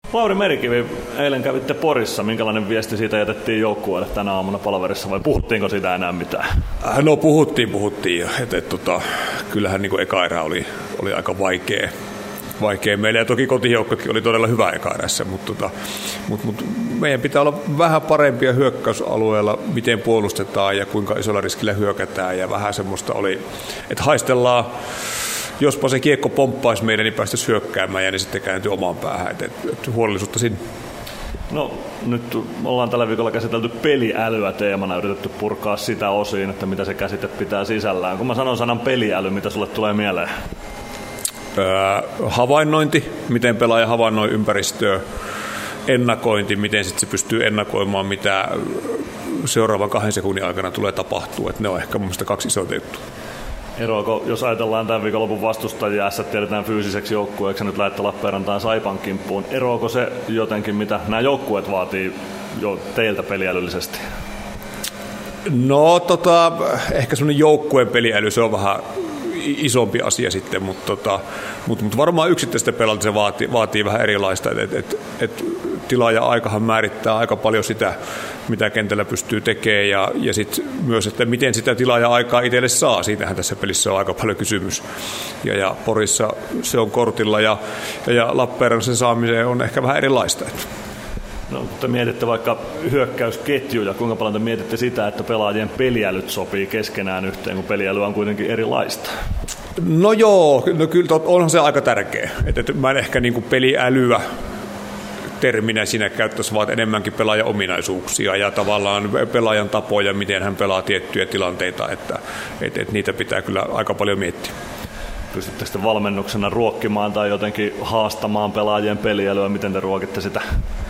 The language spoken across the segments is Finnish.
Lauri Merikivi, eilen kävitte Porissa. Minkälainen viesti siitä jätettiin joukkueelle tänä aamuna palaverissa vai puhuttiinko siitä enää mitään? No puhuttiin. Kyllähän niin eka erä oli aika vaikea meille ja toki kotijoukkokin oli todella hyvä eka erässä, mutta meidän pitää olla vähän parempia hyökkäysalueella, miten puolustetaan ja kuinka isolla riskillä hyökätään ja vähän semmoista oli, että haistellaan. Jospa se kiekko pomppaisi meidän, niin päästäisiin hyökkäämään ja niin sitten kääntyy omaan päähän. Et huolellisuutta sinne. No nyt ollaan tällä viikolla käsitelty peliälyä teemana, yritetty purkaa sitä osiin, että mitä se käsite pitää sisällään. Kun mä sanon sanan peliäly, mitä sulle tulee mieleen? Havainnointi, miten pelaaja havainnoi ympäristöä, ennakointi, miten sitten se pystyy ennakoimaan, mitä seuraavan 2 sekunnin aikana tulee tapahtua. Et ne on ehkä mun mielestä 2 isoa juttua. Eroako, jos ajatellaan tämän viikonlopun vastustajia, tiedetään fyysiseksi joukkueeksi, nyt lähdette Lappeenrantaan Saipan kimppuun. Eroako se jotenkin, mitä nämä joukkueet vaatii jo teiltä peliälyllisesti? No ehkä semmoinen joukkueen peliäly, se on vähän isompi asia sitten, mutta varmaan yksittäistä pelaajia se vaatii vähän erilaista. Et tilaaja-aikahan määrittää aika paljon sitä, mitä kentällä pystyy tekemään ja sitten myös, että miten sitä tilaaja-aikaa itselle saa. Siitähän tässä pelissä on aika paljon kysymys. Ja Porissa se on kortilla ja Lappeenrannan saamiseen on ehkä vähän erilaista. No, te mietitte vaikka hyökkäysketjuja, kuinka paljon te mietitte sitä, että pelaajien peliälyt sopii keskenään yhteen, kun peliäly on kuitenkin erilaista? No joo, kyllä onhan se aika tärkeä. Et mä en ehkä niinku peliälyä terminä siinä käyttäisi, vaan enemmänkin pelaajan ominaisuuksia ja tavallaan pelaajan tapoja, miten hän pelaa tiettyjä tilanteita, että niitä pitää kyllä aika paljon miettiä. Pystyttekö sitten valmennuksena ruokkimaan tai jotenkin haastamaan pelaajien peliälyä, miten te ruokitte sitä?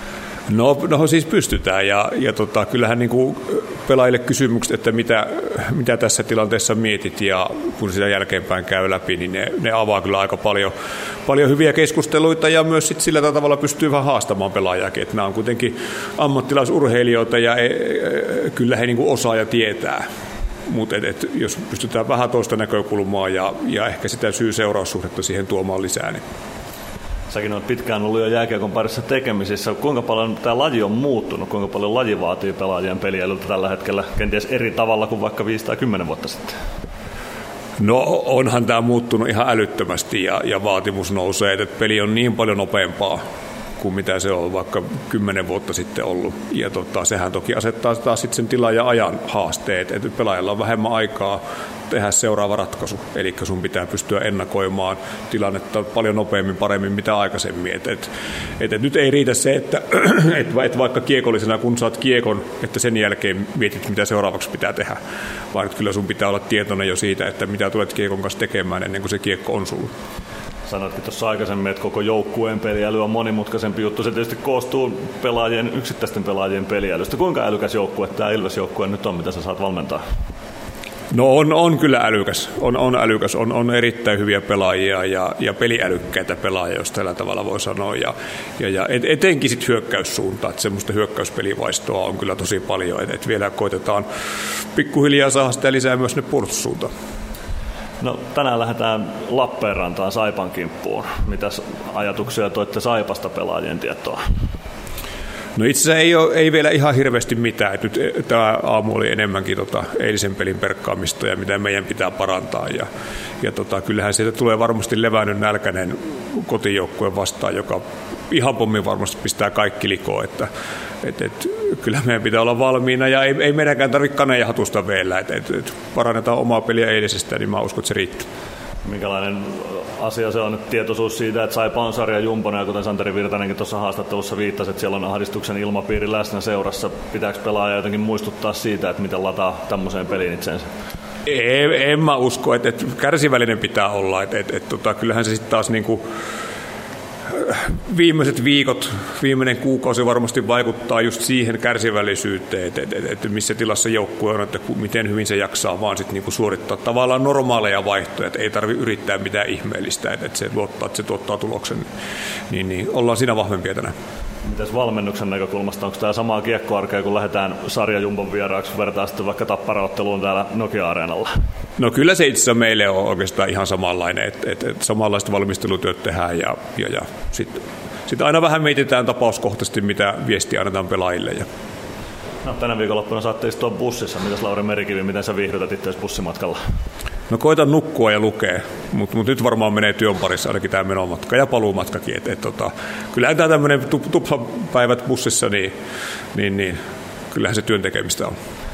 No siis pystytään ja kyllähän niin kuin pelaajille kysymykset, että mitä tässä tilanteessa mietit ja kun sitä jälkeenpäin käy läpi, niin ne avaa kyllä aika paljon hyviä keskusteluita ja myös sit sillä tavalla pystyy vähän haastamaan pelaajakin, että nämä on kuitenkin ammattilaisurheilijoita ja kyllä he niin kuin osaa ja tietää. Mutta jos pystytään vähän toista näkökulmaa ja ehkä sitä syy-seuraussuhdetta siihen tuomaan lisää, niin säkin olet pitkään ollut jo jääkiekon parissa tekemisissä. Kuinka paljon tämä laji on muuttunut? Kuinka paljon laji vaatii pelaajien peliälyltä tällä hetkellä kenties eri tavalla kuin vaikka 5 tai 10 vuotta sitten? No onhan tämä muuttunut ihan älyttömästi ja vaatimus nousee, että peli on niin paljon nopeampaa kuin mitä se on vaikka 10 vuotta sitten ollut. Ja sehän toki asettaa taas sitten sen tilan ja ajan haasteet, että pelaajalla on vähemmän aikaa tehdä seuraava ratkaisu. Eli sun pitää pystyä ennakoimaan tilannetta paljon nopeammin, paremmin mitä aikaisemmin. Et nyt ei riitä se, että vaikka kiekollisena kun saat kiekon, että sen jälkeen mietit mitä seuraavaksi pitää tehdä. Vaan että kyllä sun pitää olla tietoinen jo siitä, että mitä tulet kiekon kanssa tekemään ennen kuin se kiekko on sulla. Sanoitkin tuossa aikaisemmin, että koko joukkueen peliäly on monimutkaisempi juttu. Se tietysti koostuu yksittäisten pelaajien peliälystä. Kuinka älykäs joukkue tämä Ilves-joukkue nyt on, mitä sä saat valmentaa? No on kyllä älykäs. On älykäs. On erittäin hyviä pelaajia ja peliälykkäitä pelaajia, jos tällä tavalla voi sanoa. Ja etenkin sitten hyökkäyssuuntaan. Että semmoista hyökkäyspelivaistoa on kyllä tosi paljon. Et vielä koitetaan pikkuhiljaa saada sitä lisää myös ne puolustussuuntaan. No, tänään lähdetään Lappeenrantaan Saipan kimppuun. Mitäs ajatuksia toitte Saipasta pelaajien tietoa? No itse asiassa ei vielä ihan hirveästi mitään. Nyt tämä aamu oli enemmänkin eilisen pelin perkkaamista ja mitä meidän pitää parantaa. Kyllähän siitä tulee varmasti levännyt nälkäinen kotijoukkue vastaan, joka ihan pommin varmasti pistää kaikki likoon. Että kyllä meidän pitää olla valmiina ja ei meidänkään tarvitse kaneja hatusta vielä. Et parannetaan omaa peliä eilisestä, niin mä uskon, että se riittää. Minkälainen asia se on nyt tietoisuus siitä, että Saipa on sarja jumpona, ja kuten Santeri Virtanenkin tuossa haastattelussa viittasi, että siellä on ahdistuksen ilmapiiri läsnä seurassa. Pitääkö pelaaja jotenkin muistuttaa siitä, että miten lataa tämmöiseen peliin itsensä? En mä usko, että kärsivällinen pitää olla. Kyllähän se sitten taas niinku viimeiset viikot, viimeinen kuukausi varmasti vaikuttaa just siihen kärsivällisyyteen, että missä tilassa joukkue on, että miten hyvin se jaksaa vaan sit niinku suorittaa tavallaan normaaleja vaihtoja, että ei tarvitse yrittää mitään ihmeellistä, että se tuottaa tuloksen, niin ollaan siinä vahvempia tänään. Mitäs valmennuksen näkökulmasta, onko tämä samaa kiekkoarkea, kun lähdetään sarjajumpon vieraaksi, vertaa sitten vaikka Tappara-otteluun täällä Nokia-areenalla? No kyllä se itse asiassa meille on oikeastaan ihan samanlainen, että samanlaista valmistelutyöt tehdään ja sitten sitten aina vähän mietitään tapauskohtaisesti, mitä viestiä annetaan pelaajille. No, tänä viikonloppuna saatte istua bussissa. Mitäs Lauri Merikivi, miten sä viihdytät itse bussimatkalla? No koitan nukkua ja lukea, mutta nyt varmaan menee työn parissa ainakin tämä menomatka ja paluumatkakin. Kyllähän tämä tämmöinen tupsapäivät bussissa, niin kyllähän se työn tekemistä on.